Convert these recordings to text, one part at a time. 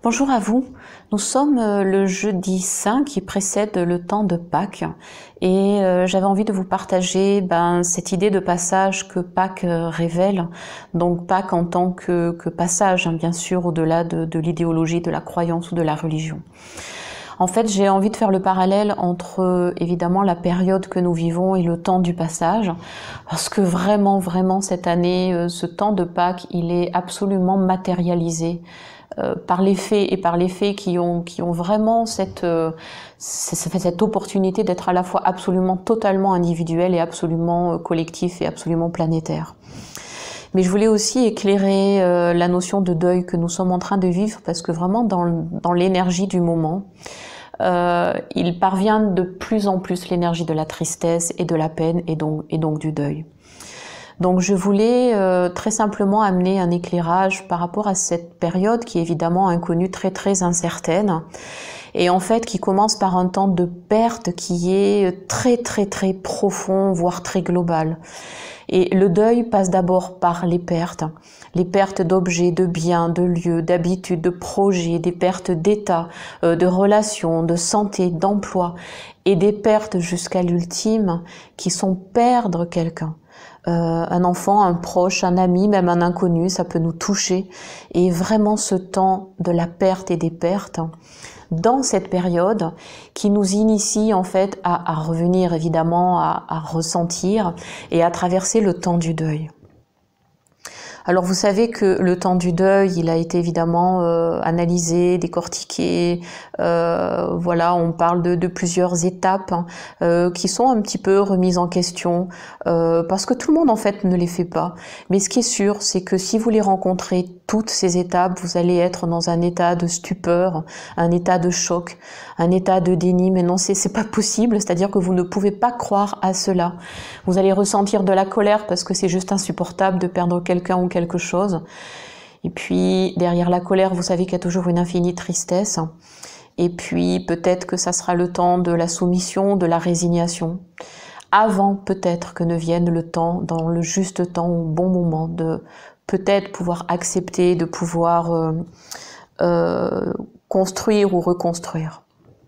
Bonjour à vous. Nous sommes le jeudi saint qui précède le temps de Pâques et j'avais envie de vous partager cette idée de passage que Pâques révèle. Donc Pâques en tant que passage, bien sûr, au-delà de l'idéologie, de la croyance ou de la religion. En fait, j'ai envie de faire le parallèle entre évidemment la période que nous vivons et le temps du passage, parce que vraiment cette année, ce temps de Pâques, il est absolument matérialisé par les faits et par les faits qui ont vraiment cette opportunité d'être à la fois absolument totalement individuel et absolument collectif et absolument planétaire. Mais je voulais aussi éclairer la notion de deuil que nous sommes en train de vivre, parce que vraiment dans l'énergie du moment, il parvient de plus en plus l'énergie de la tristesse et de la peine et donc du deuil. Donc je voulais très simplement amener un éclairage par rapport à cette période qui est évidemment inconnue, très incertaine, et en fait qui commence par un temps de perte qui est très profond, voire très global. Et le deuil passe d'abord par les pertes d'objets, de biens, de lieux, d'habitudes, de projets, des pertes d'état, de relations, de santé, d'emploi, et des pertes jusqu'à l'ultime qui sont perdre quelqu'un. Un enfant, un proche, un ami, même un inconnu, ça peut nous toucher. Et vraiment ce temps de la perte et des pertes, dans cette période qui nous initie en fait à revenir évidemment, à ressentir et à traverser le temps du deuil. Alors vous savez que le temps du deuil, il a été évidemment analysé, décortiqué. Voilà, on parle de plusieurs étapes qui sont un petit peu remises en question parce que tout le monde en fait ne les fait pas. Mais ce qui est sûr, c'est que si vous les rencontrez toutes ces étapes, vous allez être dans un état de stupeur, un état de choc, un état de déni. Mais non, c'est pas possible. C'est-à-dire que vous ne pouvez pas croire à cela. Vous allez ressentir de la colère parce que c'est juste insupportable de perdre quelqu'un ou quelque chose. Et puis, derrière la colère, vous savez qu'il y a toujours une infinie tristesse. Et puis, peut-être que ça sera le temps de la soumission, de la résignation. Avant, peut-être, que ne vienne le temps, dans le juste temps, au bon moment, de peut-être pouvoir accepter, de pouvoir construire ou reconstruire.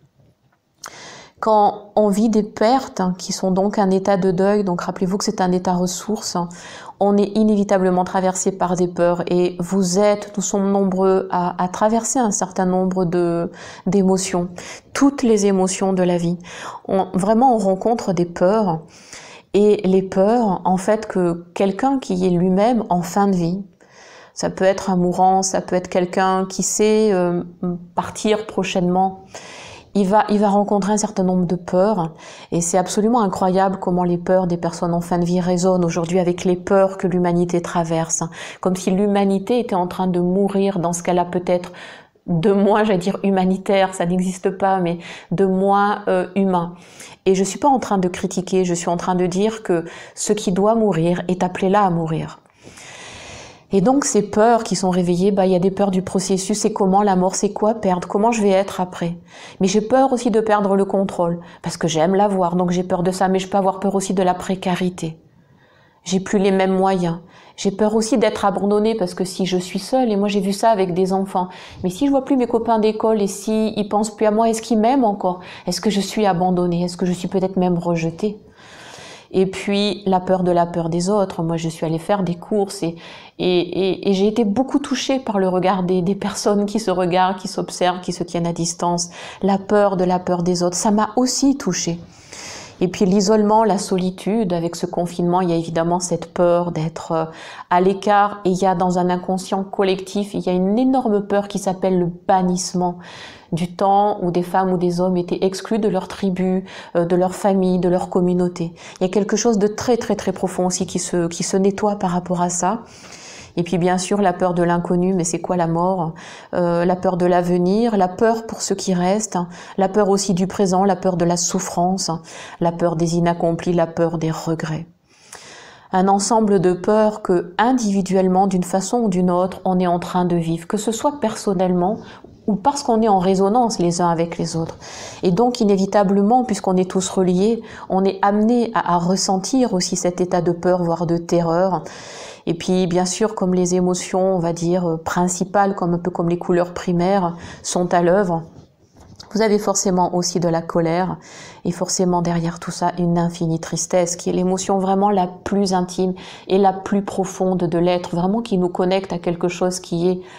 Quand on vit des pertes, qui sont donc un état de deuil, donc rappelez-vous que c'est un état ressource, on est inévitablement traversé par des peurs et nous sommes nombreux à traverser un certain nombre d'émotions, toutes les émotions de la vie. Vraiment, on rencontre des peurs et les peurs, en fait, que quelqu'un qui est lui-même en fin de vie, ça peut être un mourant, ça peut être quelqu'un qui sait partir prochainement, il va rencontrer un certain nombre de peurs et c'est absolument incroyable comment les peurs des personnes en fin de vie résonnent aujourd'hui avec les peurs que l'humanité traverse, comme si l'humanité était en train de mourir dans ce qu'elle a peut-être de moins, j'allais dire humanitaire, ça n'existe pas, mais de moins humain. Et je suis pas en train de critiquer, je suis en train de dire que ce qui doit mourir est appelé là à mourir. Et donc ces peurs qui sont réveillées, il y a des peurs du processus, c'est comment la mort, c'est quoi perdre, comment je vais être après. Mais j'ai peur aussi de perdre le contrôle, parce que j'aime l'avoir, donc j'ai peur de ça, mais je peux avoir peur aussi de la précarité. J'ai plus les mêmes moyens. J'ai peur aussi d'être abandonnée, parce que si je suis seule, et moi j'ai vu ça avec des enfants, mais si je vois plus mes copains d'école et si ils pensent plus à moi, est-ce qu'ils m'aiment encore? Est-ce que je suis abandonnée? Est-ce que je suis peut-être même rejetée? Et puis la peur des autres. Moi, je suis allée faire des courses et j'ai été beaucoup touchée par le regard des personnes qui se regardent, qui s'observent, qui se tiennent à distance. La peur des autres, ça m'a aussi touchée. Et puis l'isolement, la solitude, avec ce confinement, il y a évidemment cette peur d'être à l'écart. Et il y a dans un inconscient collectif, il y a une énorme peur qui s'appelle le bannissement, du temps où des femmes ou des hommes étaient exclus de leur tribu, de leur famille, de leur communauté. Il y a quelque chose de très profond aussi qui se nettoie par rapport à ça. Et puis bien sûr la peur de l'inconnu, mais c'est quoi la mort? La peur de l'avenir, la peur pour ce qui reste, la peur aussi du présent, la peur de la souffrance, la peur des inaccomplis, la peur des regrets. Un ensemble de peurs que individuellement, d'une façon ou d'une autre, on est en train de vivre, que ce soit personnellement ou parce qu'on est en résonance les uns avec les autres. Et donc, inévitablement, puisqu'on est tous reliés, on est amené à ressentir aussi cet état de peur, voire de terreur. Et puis bien sûr, comme les émotions, on va dire, principales, comme un peu comme les couleurs primaires, sont à l'œuvre, vous avez forcément aussi de la colère et forcément derrière tout ça une infinie tristesse qui est l'émotion vraiment la plus intime et la plus profonde de l'être, vraiment qui nous connecte à quelque chose qui est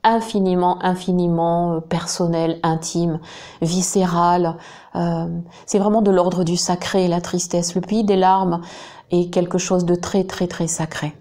infiniment personnel, intime, viscéral. C'est vraiment de l'ordre du sacré, la tristesse. Le pays des larmes est quelque chose de très sacré.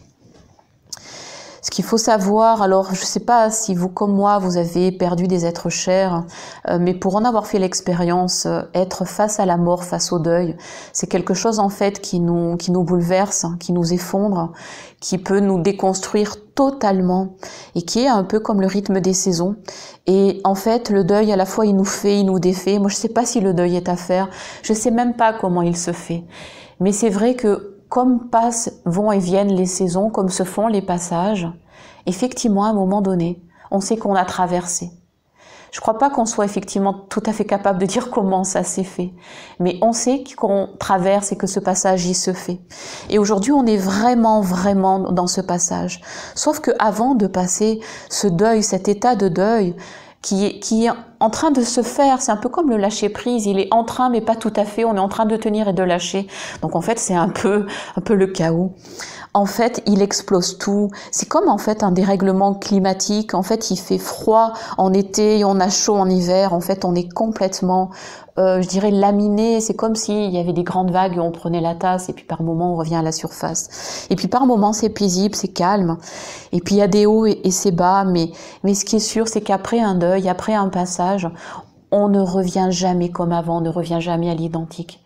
Ce qu'il faut savoir, alors je ne sais pas si vous comme moi vous avez perdu des êtres chers, mais pour en avoir fait l'expérience, être face à la mort, face au deuil, c'est quelque chose en fait qui nous bouleverse, qui nous effondre, qui peut nous déconstruire totalement et qui est un peu comme le rythme des saisons. Et en fait, le deuil à la fois il nous fait, il nous défait. Moi je ne sais pas si le deuil est à faire, je ne sais même pas comment il se fait. Mais c'est vrai que comme vont et viennent les saisons, comme se font les passages, effectivement, à un moment donné, on sait qu'on a traversé. Je ne crois pas qu'on soit effectivement tout à fait capable de dire comment ça s'est fait, mais on sait qu'on traverse et que ce passage y se fait. Et aujourd'hui, on est vraiment dans ce passage. Sauf qu'avant de passer ce deuil, cet état de deuil, qui est en train de se faire, c'est un peu comme le lâcher prise, il est en train mais pas tout à fait, on est en train de tenir et de lâcher. Donc en fait c'est un peu le chaos. En fait il explose tout, c'est comme en fait un dérèglement climatique, en fait il fait froid en été et on a chaud en hiver, en fait on est complètement, je dirais laminé, c'est comme s'il y avait des grandes vagues et on prenait la tasse et puis par moment on revient à la surface. Et puis par moment c'est paisible, c'est calme, et puis il y a des hauts et c'est bas, mais ce qui est sûr c'est qu'après un deuil, après un passage, on ne revient jamais comme avant, on ne revient jamais à l'identique.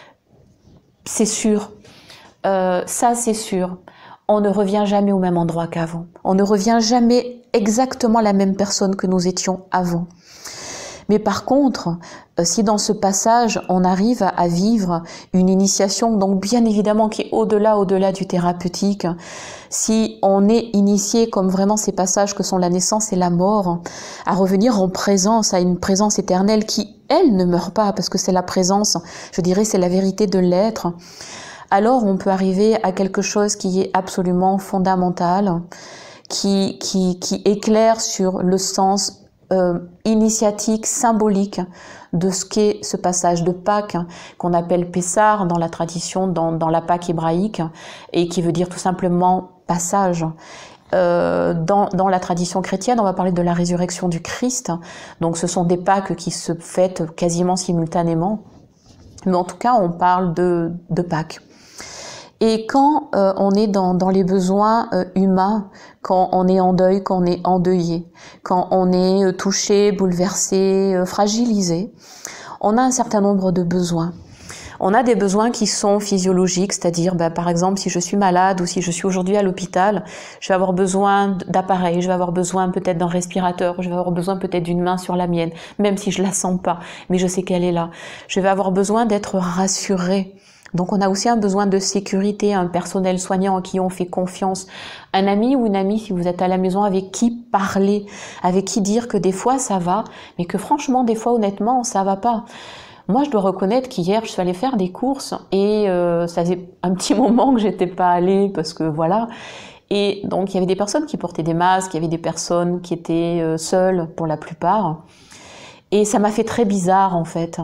C'est sûr, ça c'est sûr. On ne revient jamais au même endroit qu'avant. On ne revient jamais exactement la même personne que nous étions avant. Mais par contre, si dans ce passage, on arrive à vivre une initiation, donc bien évidemment qui est au-delà du thérapeutique, si on est initié comme vraiment ces passages que sont la naissance et la mort, à revenir en présence, à une présence éternelle qui, elle, ne meurt pas, parce que c'est la présence, je dirais, c'est la vérité de l'être, alors on peut arriver à quelque chose qui est absolument fondamental, qui éclaire sur le sens initiatique, symbolique de ce qu'est ce passage de Pâques qu'on appelle Pessar dans la tradition, dans la Pâque hébraïque, et qui veut dire tout simplement passage. Dans la tradition chrétienne, on va parler de la résurrection du Christ, donc ce sont des Pâques qui se fêtent quasiment simultanément, mais en tout cas on parle de Pâques. Et quand on est dans les besoins humains, quand on est en deuil, quand on est endeuillé, quand on est touché, bouleversé, fragilisé, on a un certain nombre de besoins. On a des besoins qui sont physiologiques, c'est-à-dire par exemple si je suis malade ou si je suis aujourd'hui à l'hôpital, je vais avoir besoin d'appareils, je vais avoir besoin peut-être d'un respirateur, je vais avoir besoin peut-être d'une main sur la mienne, même si je la sens pas, mais je sais qu'elle est là. Je vais avoir besoin d'être rassurée. Donc on a aussi un besoin de sécurité, un personnel soignant en qui on fait confiance, un ami ou une amie si vous êtes à la maison avec qui parler, avec qui dire que des fois ça va, mais que franchement des fois honnêtement ça va pas. Moi je dois reconnaître qu'hier je suis allée faire des courses et ça faisait un petit moment que j'étais pas allée parce que voilà. Et donc il y avait des personnes qui portaient des masques, il y avait des personnes qui étaient seules pour la plupart. Et ça m'a fait très bizarre en fait.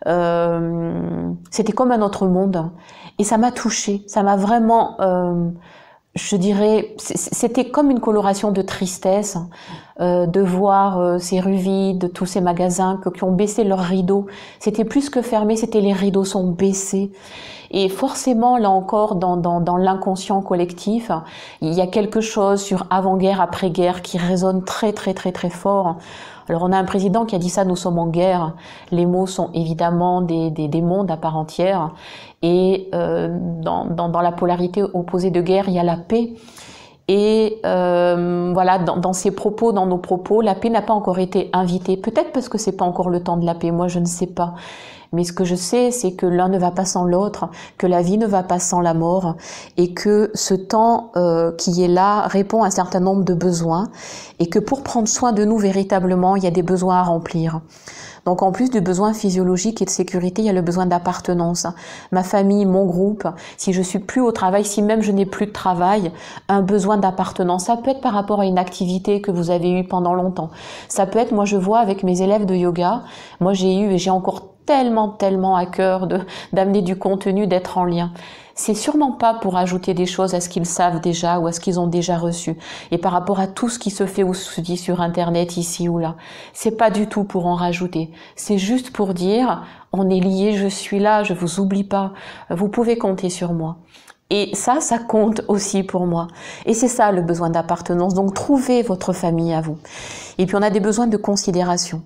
C'était comme un autre monde. Et ça m'a touchée. Ça m'a vraiment, je dirais, c'était comme une coloration de tristesse de voir ces rues vides, tous ces magasins qui ont baissé leurs rideaux. C'était plus que fermé, c'était les rideaux sont baissés. Et forcément, là encore, dans l'inconscient collectif, il y a quelque chose sur avant-guerre, après-guerre qui résonne très fort. Alors on a un président qui a dit ça, nous sommes en guerre. Les mots sont évidemment des mondes à part entière. Et dans la polarité opposée de guerre, il y a la paix. Et voilà, dans ses propos, dans nos propos, la paix n'a pas encore été invitée. Peut-être parce que c'est pas encore le temps de la paix, moi je ne sais pas. Mais ce que je sais, c'est que l'un ne va pas sans l'autre, que la vie ne va pas sans la mort, et que ce temps qui est là répond à un certain nombre de besoins, et que pour prendre soin de nous véritablement, il y a des besoins à remplir. Donc en plus du besoin physiologique et de sécurité, il y a le besoin d'appartenance. Ma famille, mon groupe, si je suis plus au travail, si même je n'ai plus de travail, un besoin d'appartenance. Ça peut être par rapport à une activité que vous avez eue pendant longtemps. Ça peut être, moi je vois avec mes élèves de yoga, moi j'ai eu et j'ai encore tellement à cœur d'amener du contenu, d'être en lien. C'est sûrement pas pour ajouter des choses à ce qu'ils savent déjà ou à ce qu'ils ont déjà reçu. Et par rapport à tout ce qui se fait ou se dit sur Internet, ici ou là, c'est pas du tout pour en rajouter. C'est juste pour dire, on est liés, je suis là, je vous oublie pas, vous pouvez compter sur moi. Et ça compte aussi pour moi. Et c'est ça le besoin d'appartenance. Donc trouvez votre famille à vous. Et puis on a des besoins de considération.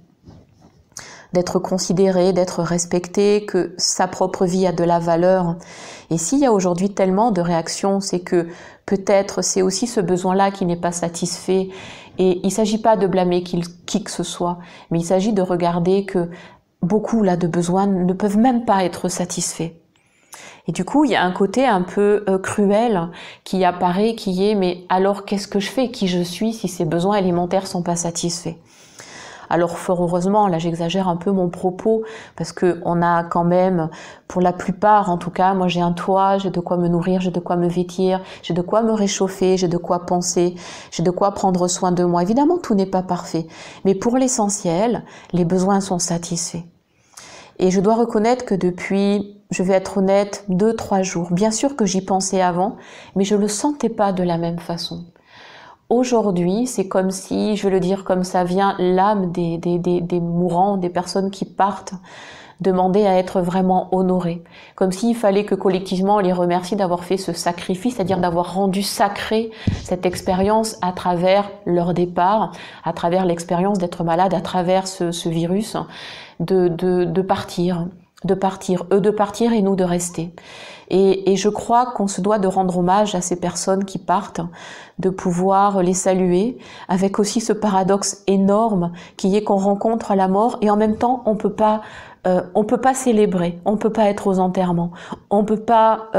D'être considéré, d'être respecté, que sa propre vie a de la valeur. Et s'il y a aujourd'hui tellement de réactions, c'est que peut-être c'est aussi ce besoin-là qui n'est pas satisfait. Et il ne s'agit pas de blâmer qui que ce soit, mais il s'agit de regarder que beaucoup là de besoins ne peuvent même pas être satisfaits. Et du coup, il y a un côté un peu cruel qui apparaît, qui est « mais alors qu'est-ce que je fais, qui je suis si ces besoins élémentaires sont pas satisfaits ?» Alors fort heureusement, là j'exagère un peu mon propos, parce que on a quand même, pour la plupart en tout cas, moi j'ai un toit, j'ai de quoi me nourrir, j'ai de quoi me vêtir, j'ai de quoi me réchauffer, j'ai de quoi penser, j'ai de quoi prendre soin de moi. Évidemment, tout n'est pas parfait, mais pour l'essentiel, les besoins sont satisfaits. Et je dois reconnaître que depuis, je vais être honnête, 2-3 jours, bien sûr que j'y pensais avant, mais je le sentais pas de la même façon. Aujourd'hui, c'est comme si, je vais le dire comme ça vient, l'âme des mourants, des personnes qui partent, demander à être vraiment honorées. Comme s'il fallait que collectivement on les remercie d'avoir fait ce sacrifice, c'est-à-dire d'avoir rendu sacré cette expérience à travers leur départ, à travers l'expérience d'être malade, à travers ce virus, de partir. Eux de partir et nous de rester. Et je crois qu'on se doit de rendre hommage à ces personnes qui partent, de pouvoir les saluer, avec aussi ce paradoxe énorme qui est qu'on rencontre la mort et en même temps on peut pas célébrer, on peut pas être aux enterrements, on peut pas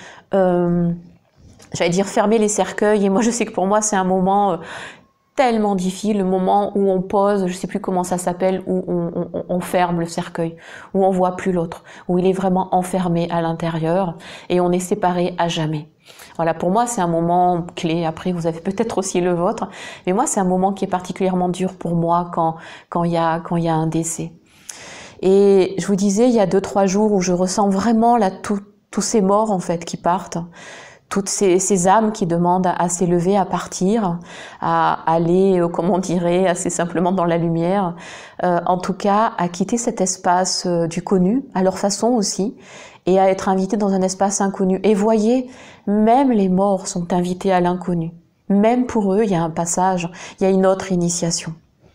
j'allais dire fermer les cercueils. Et moi je sais que pour moi c'est un moment tellement difficile, le moment où on pose, je sais plus comment ça s'appelle, où on ferme le cercueil, où on voit plus l'autre, où il est vraiment enfermé à l'intérieur et on est séparé à jamais. Voilà, pour moi c'est un moment clé. Après vous avez peut-être aussi le vôtre, mais moi c'est un moment qui est particulièrement dur pour moi quand il y a un décès. Et je vous disais, il y a 2-3 jours où je ressens vraiment là tous ces morts en fait qui partent. Toutes ces âmes qui demandent à s'élever, à partir, à aller, comme on dirait, assez simplement dans la lumière, en tout cas à quitter cet espace du connu, à leur façon aussi, et à être invités dans un espace inconnu. Et voyez, même les morts sont invités à l'inconnu. Même pour eux, il y a un passage, il y a une autre initiation.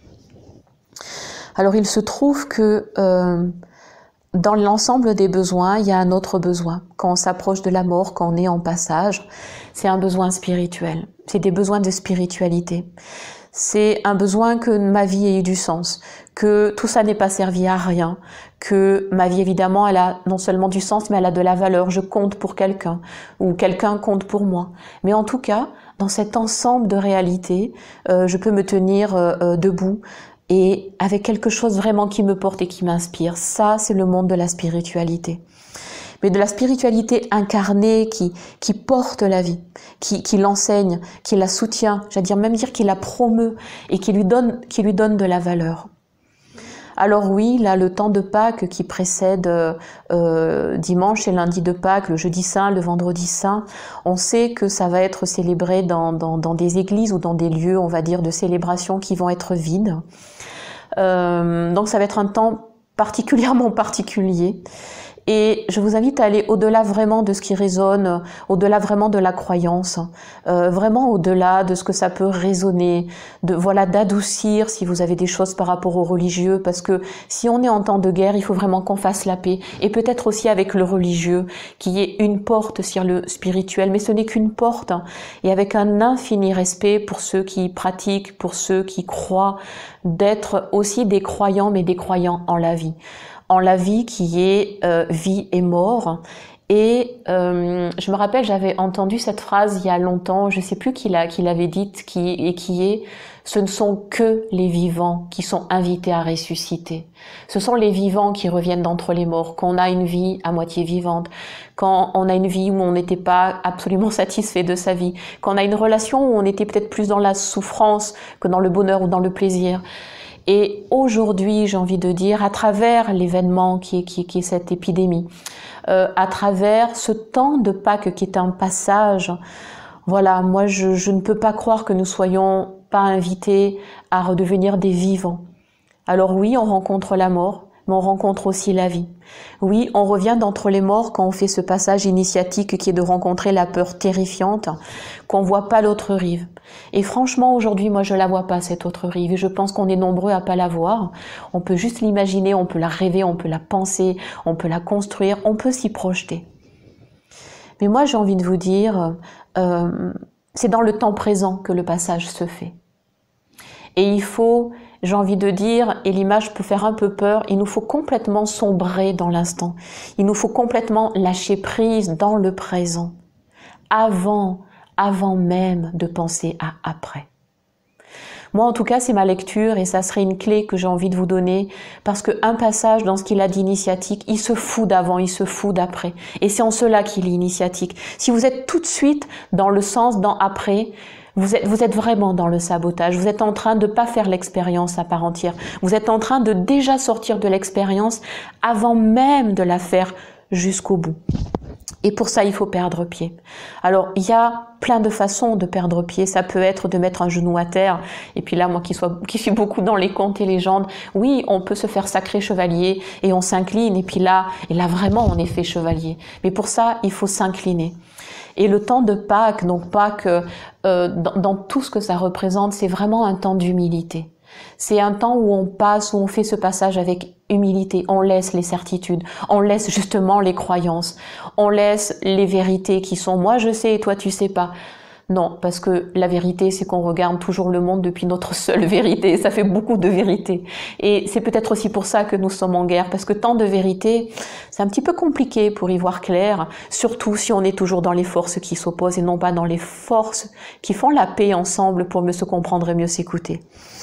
Alors il se trouve que dans l'ensemble des besoins, il y a un autre besoin. Quand on s'approche de la mort, quand on est en passage, c'est un besoin spirituel. C'est des besoins de spiritualité. C'est un besoin que ma vie ait eu du sens, que tout ça n'ait pas servi à rien, que ma vie, évidemment, elle a non seulement du sens, mais elle a de la valeur. Je compte pour quelqu'un, ou quelqu'un compte pour moi. Mais en tout cas, dans cet ensemble de réalités, je peux me tenir debout, et avec quelque chose vraiment qui me porte et qui m'inspire. Ça, c'est le monde de la spiritualité. Mais de la spiritualité incarnée qui porte la vie, qui l'enseigne, qui la soutient, j'allais même dire qui la promeut et qui lui donne de la valeur. Alors oui, là, le temps de Pâques qui précède dimanche et lundi de Pâques, le jeudi saint, le vendredi saint, on sait que ça va être célébré dans des églises ou dans des lieux, on va dire, de célébration qui vont être vides. Donc ça va être un temps particulièrement particulier. Et je vous invite à aller au-delà vraiment de ce qui résonne, au-delà vraiment de la croyance, vraiment au-delà de ce que ça peut résonner, d'adoucir si vous avez des choses par rapport aux religieux, parce que si on est en temps de guerre, il faut vraiment qu'on fasse la paix, et peut-être aussi avec le religieux, qui est une porte sur le spirituel, mais ce n'est qu'une porte, et avec un infini respect pour ceux qui pratiquent, pour ceux qui croient, d'être aussi des croyants, mais des croyants en la vie. en la vie qui est vie et mort. Et je me rappelle, j'avais entendu cette phrase il y a longtemps, je ne sais plus qui l'avait dite, qui est « Ce ne sont que les vivants qui sont invités à ressusciter. Ce sont les vivants qui reviennent d'entre les morts, quand on a une vie à moitié vivante, quand on a une vie où on n'était pas absolument satisfait de sa vie, quand on a une relation où on était peut-être plus dans la souffrance que dans le bonheur ou dans le plaisir. » Et aujourd'hui, j'ai envie de dire, à travers l'événement qui est cette épidémie, à travers ce temps de Pâques qui est un passage, voilà, moi je ne peux pas croire que nous soyons pas invités à redevenir des vivants. Alors oui, on rencontre la mort, mais on rencontre aussi la vie. Oui, on revient d'entre les morts quand on fait ce passage initiatique qui est de rencontrer la peur terrifiante, qu'on voit pas l'autre rive. Et franchement, aujourd'hui, moi, je la vois pas, cette autre rive. Et je pense qu'on est nombreux à pas la voir. On peut juste l'imaginer, on peut la rêver, on peut la penser, on peut la construire, on peut s'y projeter. Mais moi, j'ai envie de vous dire, c'est dans le temps présent que le passage se fait. Et il faut, j'ai envie de dire, et l'image peut faire un peu peur, il nous faut complètement sombrer dans l'instant. Il nous faut complètement lâcher prise dans le présent, avant même de penser à après. Moi, en tout cas, c'est ma lecture et ça serait une clé que j'ai envie de vous donner parce qu'un passage dans ce qu'il a d'initiatique, il se fout d'avant, il se fout d'après. Et c'est en cela qu'il est initiatique. Si vous êtes tout de suite dans le sens dans après, vous êtes vraiment dans le sabotage. Vous êtes en train de ne pas faire l'expérience à part entière. Vous êtes en train de déjà sortir de l'expérience avant même de la faire jusqu'au bout. Et pour ça, il faut perdre pied. Alors, il y a plein de façons de perdre pied. Ça peut être de mettre un genou à terre. Et puis là, moi qui suis beaucoup dans les contes et légendes, oui, on peut se faire sacré chevalier et on s'incline. Et puis là vraiment, on est fait chevalier. Mais pour ça, il faut s'incliner. Et le temps de Pâques, donc Pâques, dans tout ce que ça représente, c'est vraiment un temps d'humilité. C'est un temps où on passe, où on fait ce passage avec humilité. On laisse les certitudes, on laisse justement les croyances, on laisse les vérités qui sont « moi je sais et toi tu sais pas ». Non, parce que la vérité, c'est qu'on regarde toujours le monde depuis notre seule vérité. Ça fait beaucoup de vérités. Et c'est peut-être aussi pour ça que nous sommes en guerre, parce que tant de vérités, c'est un petit peu compliqué pour y voir clair, surtout si on est toujours dans les forces qui s'opposent et non pas dans les forces qui font la paix ensemble pour mieux se comprendre et mieux s'écouter.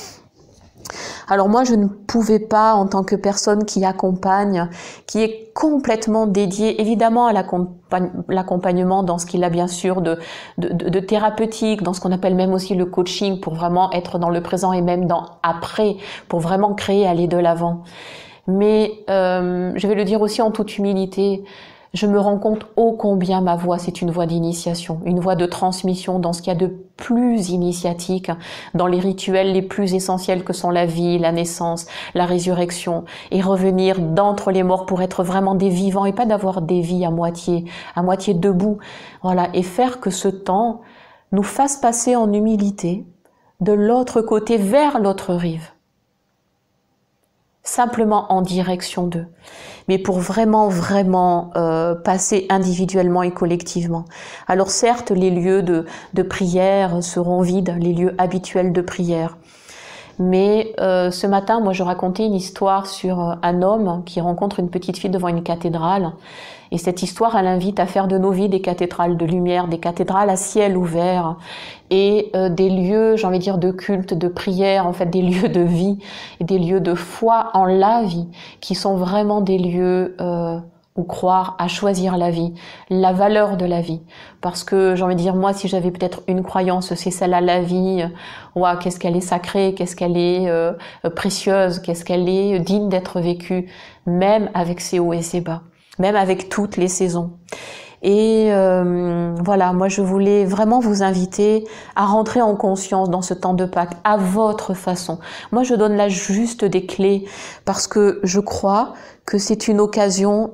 Alors moi, je ne pouvais pas, en tant que personne qui accompagne, qui est complètement dédiée évidemment à l'accompagnement dans ce qu'il a bien sûr de thérapeutique, dans ce qu'on appelle même aussi le coaching, pour vraiment être dans le présent et même dans après, pour vraiment créer, aller de l'avant. Mais je vais le dire aussi en toute humilité, je me rends compte ô combien ma voix, c'est une voix d'initiation, une voix de transmission dans ce qu'il y a de plus initiatique, dans les rituels les plus essentiels que sont la vie, la naissance, la résurrection, et revenir d'entre les morts pour être vraiment des vivants et pas d'avoir des vies à moitié debout. Voilà, et faire que ce temps nous fasse passer en humilité de l'autre côté vers l'autre rive. Simplement en direction d'eux, mais pour vraiment passer individuellement et collectivement. Alors certes, les lieux de prière seront vides, les lieux habituels de prière. Mais ce matin, moi, je racontais une histoire sur un homme qui rencontre une petite fille devant une cathédrale. Et cette histoire, elle invite à faire de nos vies des cathédrales de lumière, des cathédrales à ciel ouvert et des lieux, j'ai envie de dire, de culte, de prière, en fait, des lieux de vie et des lieux de foi en la vie qui sont vraiment des lieux où croire à choisir la vie, la valeur de la vie. Parce que j'ai envie de dire, moi, si j'avais peut-être une croyance, c'est celle-là, la vie, ouah, qu'est-ce qu'elle est sacrée, qu'est-ce qu'elle est précieuse, qu'est-ce qu'elle est digne d'être vécue, même avec ses hauts et ses bas, même avec toutes les saisons. Et voilà, moi je voulais vraiment vous inviter à rentrer en conscience dans ce temps de Pâques, à votre façon. Moi je donne là juste des clés parce que je crois que c'est une occasion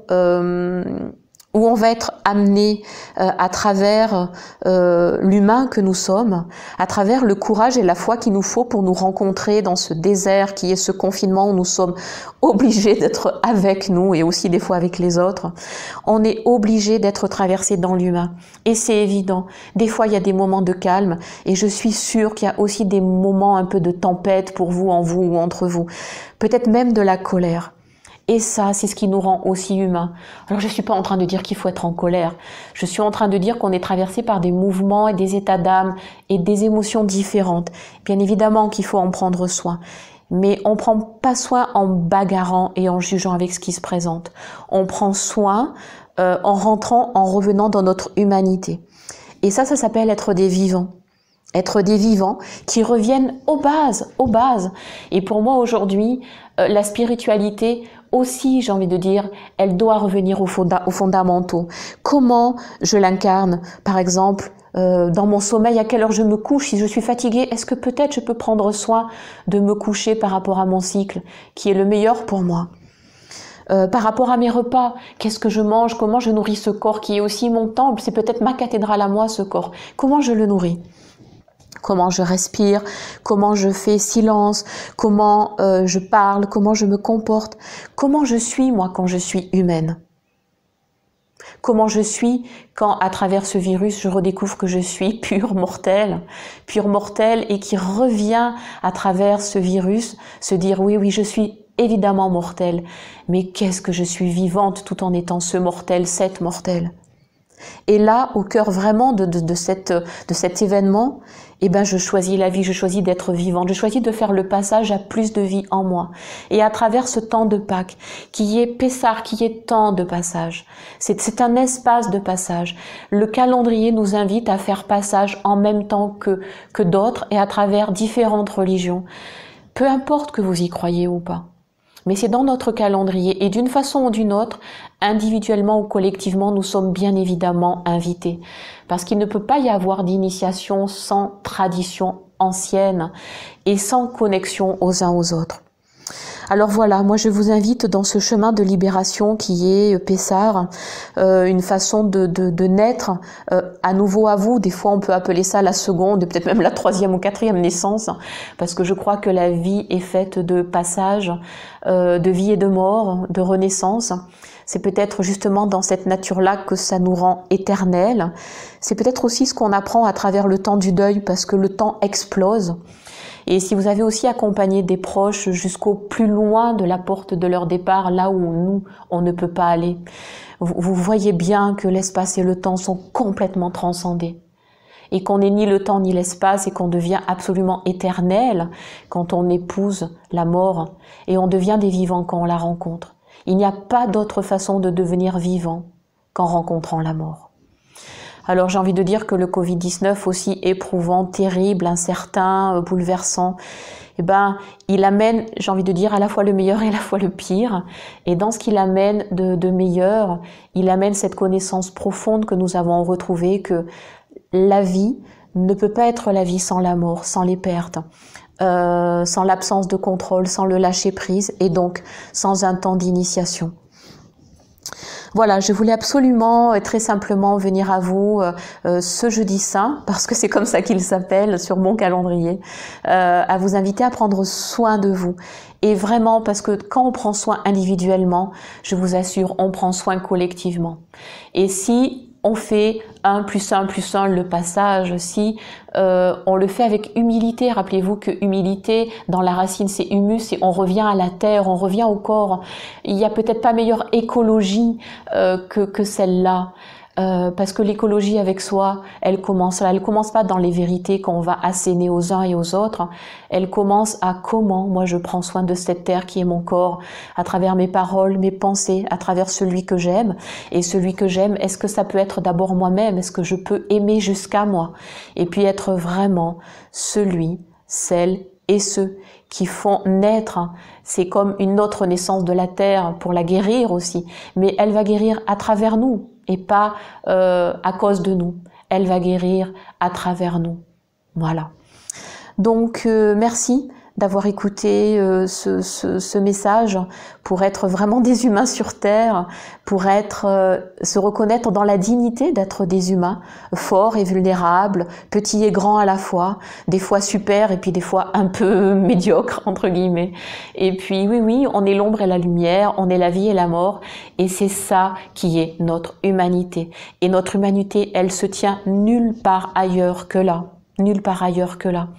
où on va être amené à travers l'humain que nous sommes, à travers le courage et la foi qu'il nous faut pour nous rencontrer dans ce désert qui est ce confinement où nous sommes obligés d'être avec nous et aussi des fois avec les autres. On est obligé d'être traversé dans l'humain. Et c'est évident. Des fois, il y a des moments de calme et je suis sûre qu'il y a aussi des moments un peu de tempête pour vous, en vous ou entre vous. Peut-être même de la colère. Et ça, c'est ce qui nous rend aussi humains. Alors je ne suis pas en train de dire qu'il faut être en colère. Je suis en train de dire qu'on est traversé par des mouvements et des états d'âme et des émotions différentes. Bien évidemment qu'il faut en prendre soin. Mais on ne prend pas soin en bagarrant et en jugeant avec ce qui se présente. On prend soin en rentrant, en revenant dans notre humanité. Et ça s'appelle être des vivants. Être des vivants qui reviennent aux bases, aux bases. Et pour moi aujourd'hui, la spiritualité aussi, j'ai envie de dire, elle doit revenir aux fondamentaux. Comment je l'incarne, par exemple, dans mon sommeil, à quelle heure je me couche, si je suis fatiguée, est-ce que peut-être je peux prendre soin de me coucher par rapport à mon cycle, qui est le meilleur pour moi? Par rapport à mes repas, qu'est-ce que je mange, comment je nourris ce corps qui est aussi mon temple, c'est peut-être ma cathédrale à moi ce corps, comment je le nourris? Comment je respire, comment je fais silence, comment je parle, comment je me comporte, comment je suis moi quand je suis humaine. Comment je suis quand à travers ce virus je redécouvre que je suis pure mortelle et qui revient à travers ce virus se dire oui je suis évidemment mortelle, mais qu'est-ce que je suis vivante tout en étant ce mortel, cette mortelle. Et là, au cœur vraiment de cet événement, eh ben, je choisis la vie, je choisis d'être vivante, je choisis de faire le passage à plus de vie en moi. Et à travers ce temps de Pâques, qui est Pessah, qui est temps de passage, c'est un espace de passage. Le calendrier nous invite à faire passage en même temps que d'autres et à travers différentes religions. Peu importe que vous y croyez ou pas. Mais c'est dans notre calendrier et d'une façon ou d'une autre, individuellement ou collectivement, nous sommes bien évidemment invités. Parce qu'il ne peut pas y avoir d'initiation sans tradition ancienne et sans connexion aux uns aux autres. Alors voilà, moi je vous invite dans ce chemin de libération qui est Pessah, une façon de naître à nouveau à vous. Des fois on peut appeler ça la seconde, peut-être même la troisième ou quatrième naissance, parce que je crois que la vie est faite de passages, de vie et de mort, de renaissance. C'est peut-être justement dans cette nature-là que ça nous rend éternels. C'est peut-être aussi ce qu'on apprend à travers le temps du deuil, parce que le temps explose. Et si vous avez aussi accompagné des proches jusqu'au plus loin de la porte de leur départ, là où nous, on ne peut pas aller, vous voyez bien que l'espace et le temps sont complètement transcendés. Et qu'on n'est ni le temps ni l'espace et qu'on devient absolument éternel quand on épouse la mort. Et on devient des vivants quand on la rencontre. Il n'y a pas d'autre façon de devenir vivant qu'en rencontrant la mort. Alors j'ai envie de dire que le Covid-19, aussi éprouvant, terrible, incertain, bouleversant, eh ben, il amène, j'ai envie de dire, à la fois le meilleur et à la fois le pire. Et dans ce qu'il amène de meilleur, il amène cette connaissance profonde que nous avons retrouvée, que la vie ne peut pas être la vie sans la mort, sans les pertes, sans l'absence de contrôle, sans le lâcher-prise et donc sans un temps d'initiation. Voilà, je voulais absolument très simplement venir à vous ce jeudi saint, parce que c'est comme ça qu'il s'appelle sur mon calendrier, à vous inviter à prendre soin de vous. Et vraiment, parce que quand on prend soin individuellement, je vous assure, on prend soin collectivement. Et si on fait 1 + 1 + 1 le passage, si on le fait avec humilité, rappelez-vous que humilité, dans la racine, c'est humus, et on revient à la terre, on revient au corps. Il n'y a peut-être pas meilleure écologie que celle-là. Parce que l'écologie avec soi, elle commence là. Elle commence pas dans les vérités qu'on va asséner aux uns et aux autres. Elle commence à comment moi je prends soin de cette terre qui est mon corps, à travers mes paroles, mes pensées, à travers celui que j'aime. Et celui que j'aime, est-ce que ça peut être d'abord moi-même? Est-ce que je peux aimer jusqu'à moi? Et puis être vraiment celui, celle et ceux qui font naître. C'est comme une autre naissance de la terre pour la guérir aussi. Mais elle va guérir à travers nous. Et pas à cause de nous. Elle va guérir à travers nous. Voilà. Donc, merci d'avoir écouté ce message pour être vraiment des humains sur Terre, pour se reconnaître dans la dignité d'être des humains, forts et vulnérables, petits et grands à la fois, des fois super et puis des fois un peu médiocres, entre guillemets. Et puis oui, on est l'ombre et la lumière, on est la vie et la mort, et c'est ça qui est notre humanité. Et notre humanité, elle se tient nulle part ailleurs que là. Nulle part ailleurs que là.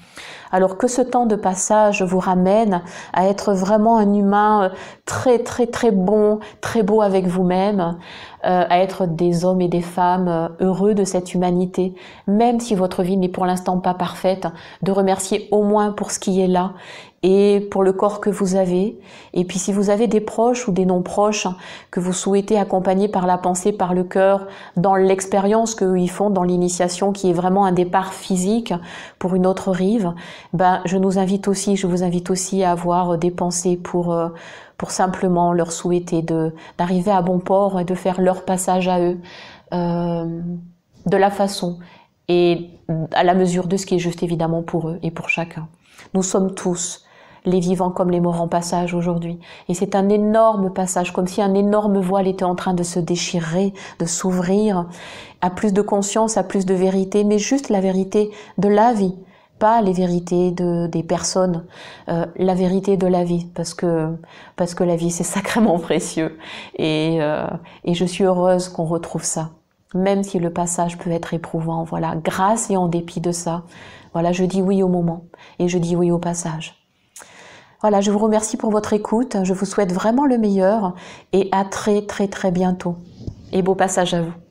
Alors que ce temps de passage vous ramène à être vraiment un humain très bon, très beau avec vous-même, à être des hommes et des femmes heureux de cette humanité, même si votre vie n'est pour l'instant pas parfaite, de remercier au moins pour ce qui est là et pour le corps que vous avez. Et puis si vous avez des proches ou des non-proches que vous souhaitez accompagner par la pensée, par le cœur, dans l'expérience qu'eux ils font, dans l'initiation qui est vraiment un départ physique pour une autre rive, je vous invite aussi à avoir des pensées pour simplement leur souhaiter d'arriver à bon port et de faire leur passage à eux de la façon et à la mesure de ce qui est juste évidemment pour eux et pour chacun. Nous sommes tous les vivants comme les morts en passage aujourd'hui. Et c'est un énorme passage, comme si un énorme voile était en train de se déchirer, de s'ouvrir à plus de conscience, à plus de vérité, mais juste la vérité de la vie, pas les vérités des personnes, la vérité de la vie, parce que la vie c'est sacrément précieux. Et je suis heureuse qu'on retrouve ça, même si le passage peut être éprouvant. Voilà, grâce et en dépit de ça, voilà, je dis oui au moment et je dis oui au passage. Voilà, je vous remercie pour votre écoute, je vous souhaite vraiment le meilleur et à très bientôt. Et beau passage à vous.